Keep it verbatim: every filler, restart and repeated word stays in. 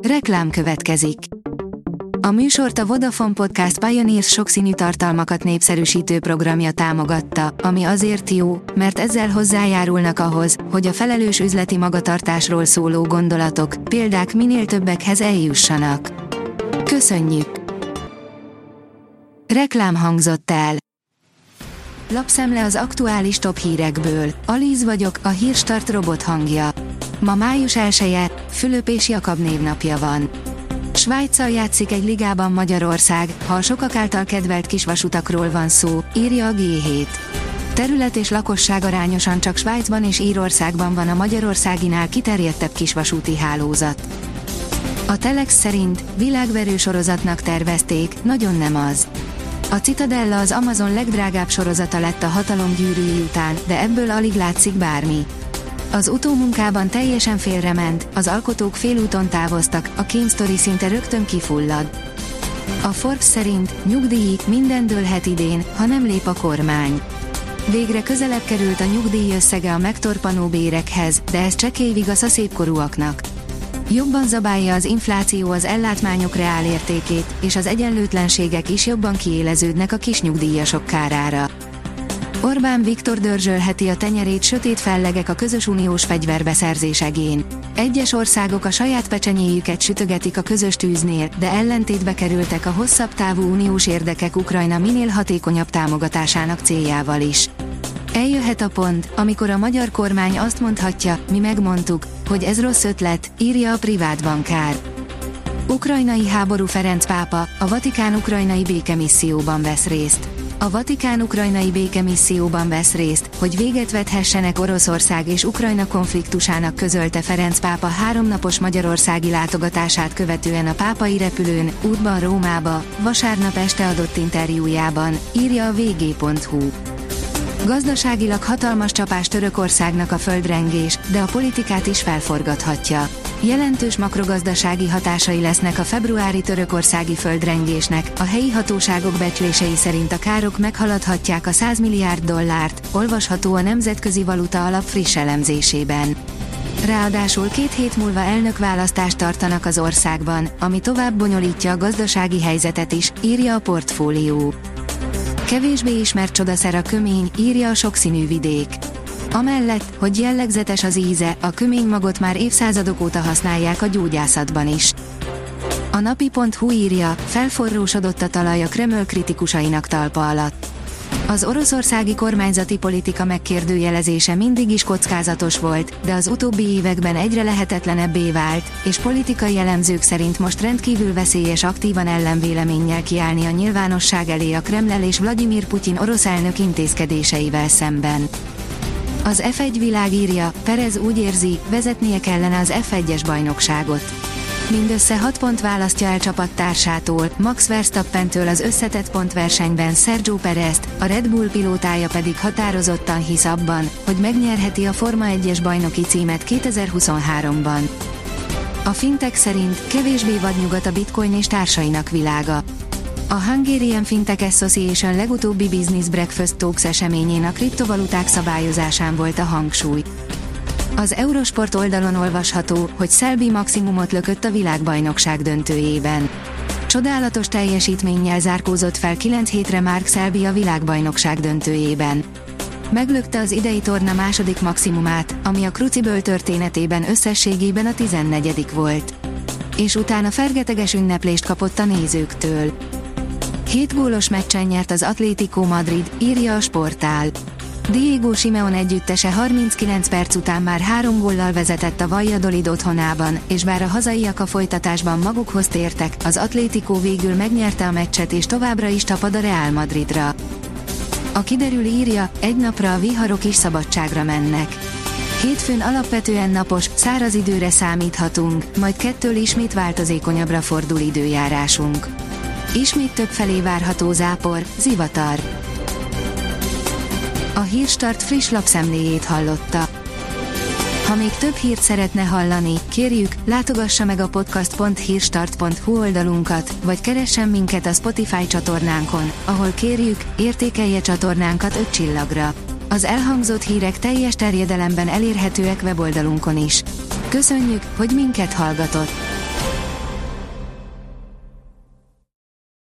Reklám következik. A műsort a Vodafone Podcast Pioneers sokszínű tartalmakat népszerűsítő programja támogatta, ami azért jó, mert ezzel hozzájárulnak ahhoz, hogy a felelős üzleti magatartásról szóló gondolatok, példák minél többekhez eljussanak. Köszönjük! Reklám hangzott el. Lapszemle az aktuális top hírekből. Alíz vagyok, a Hírstart robot hangja. Ma május elseje, Fülöp és Jakab névnapja van. Svájccal játszik egy ligában Magyarország, ha a sokak által kedvelt kisvasutakról van szó, írja a gé hét. Terület és lakosság arányosan csak Svájcban és Írországban van a magyarországinál kiterjedtebb kisvasúti hálózat. A Telex szerint világverő sorozatnak tervezték, nagyon nem az. A Citadella az Amazon legdrágább sorozata lett a hatalom gyűrűi után, de ebből alig látszik bármi. Az utómunkában teljesen félrement, az alkotók félúton távoztak, a Kane Story szinte rögtön kifullad. A Forbes szerint nyugdíj, minden dőlhet idén, ha nem lép a kormány. Végre közelebb került a nyugdíj összege a megtorpanó bérekhez, de ez csekély vigasz a szépkorúaknak. Jobban zabálja az infláció az ellátmányok reálértékét, és az egyenlőtlenségek is jobban kiéleződnek a kisnyugdíjasok kárára. Orbán Viktor dörzsölheti a tenyerét sötét fellegek a közös uniós fegyverbeszerzés egén. Egyes országok a saját pecsenyéjüket sütögetik a közös tűznél, de ellentétbe kerültek a hosszabb távú uniós érdekek Ukrajna minél hatékonyabb támogatásának céljával is. Eljöhet a pont, amikor a magyar kormány azt mondhatja, mi megmondtuk, hogy ez rossz ötlet, írja a privát bankár. Ukrajnai háború Ferenc pápa, a Vatikán ukrajnai békemisszióban vesz részt. A Vatikán ukrajnai békemisszióban vesz részt, hogy véget vethessenek Oroszország és Ukrajna konfliktusának, közölte Ferenc pápa háromnapos magyarországi látogatását követően a pápai repülőn, útban Rómába, vasárnap este adott interjújában, írja a vé gé pont hú. Gazdaságilag hatalmas csapás Törökországnak a földrengés, de a politikát is felforgathatja. Jelentős makrogazdasági hatásai lesznek a februári törökországi földrengésnek, a helyi hatóságok becslései szerint a károk meghaladhatják a száz milliárd dollárt, olvasható a Nemzetközi Valuta Alap friss elemzésében. Ráadásul két hét múlva elnökválasztást tartanak az országban, ami tovább bonyolítja a gazdasági helyzetet is, írja a Portfólió. Kevésbé ismert csodaszer a kömény, írja a sokszínű vidék. Amellett, hogy jellegzetes az íze, a köménymagot már évszázadok óta használják a gyógyászatban is. A napi pont hú írja, felforrósodott a talaj a Kreml kritikusainak talpa alatt. Az oroszországi kormányzati politika megkérdőjelezése mindig is kockázatos volt, de az utóbbi években egyre lehetetlenebbé vált, és politikai elemzők szerint most rendkívül veszélyes aktívan ellenvéleménnyel kiállni a nyilvánosság elé a Kreml és Vladimir Putyin orosz elnök intézkedéseivel szemben. Az ef egy világ írja, Perez úgy érzi, vezetnie kellene az ef egyes bajnokságot. Mindössze hat pont választja el csapattársától, Max Verstappentől az összetett pontversenyben Sergio Perezt, a Red Bull pilótája pedig határozottan hisz abban, hogy megnyerheti a Forma egyes bajnoki címet kétezer-huszonháromban. A Fintech szerint kevésbé vadnyugat a bitcoin és társainak világa. A Hungarian Fintech Association legutóbbi Business Breakfast Talks eseményén a kriptovaluták szabályozásán volt a hangsúly. Az Eurosport oldalon olvasható, hogy Selby maximumot lökött a világbajnokság döntőjében. Csodálatos teljesítménnyel zárkózott fel kilenc hétre Mark Selby a világbajnokság döntőjében. Meglökte az idei torna második maximumát, ami a Crucible történetében összességében a tizennegyedik volt. És utána fergeteges ünneplést kapott a nézőktől. Hét gólos meccsen nyert az Atlético Madrid, írja a Sportál. Diego Simeone együttese harminckilenc perc után már három góllal vezetett a Valladolid otthonában, és bár a hazaiak a folytatásban magukhoz tértek, az Atlético végül megnyerte a meccset és továbbra is tapad a Real Madridra. A Kiderül írja, egy napra a viharok is szabadságra mennek. Hétfőn alapvetően napos, száraz időre számíthatunk, majd kettől ismét változékonyabbra fordul időjárásunk. Ismét többfelé várható zápor, zivatar. A Hírstart friss lapszemléjét hallotta. Ha még több hírt szeretne hallani, kérjük, látogassa meg a podcast pont hírstart pont hú oldalunkat, vagy keressen minket a Spotify csatornánkon, ahol kérjük, értékelje csatornánkat öt csillagra. Az elhangzott hírek teljes terjedelemben elérhetőek weboldalunkon is. Köszönjük, hogy minket hallgatott!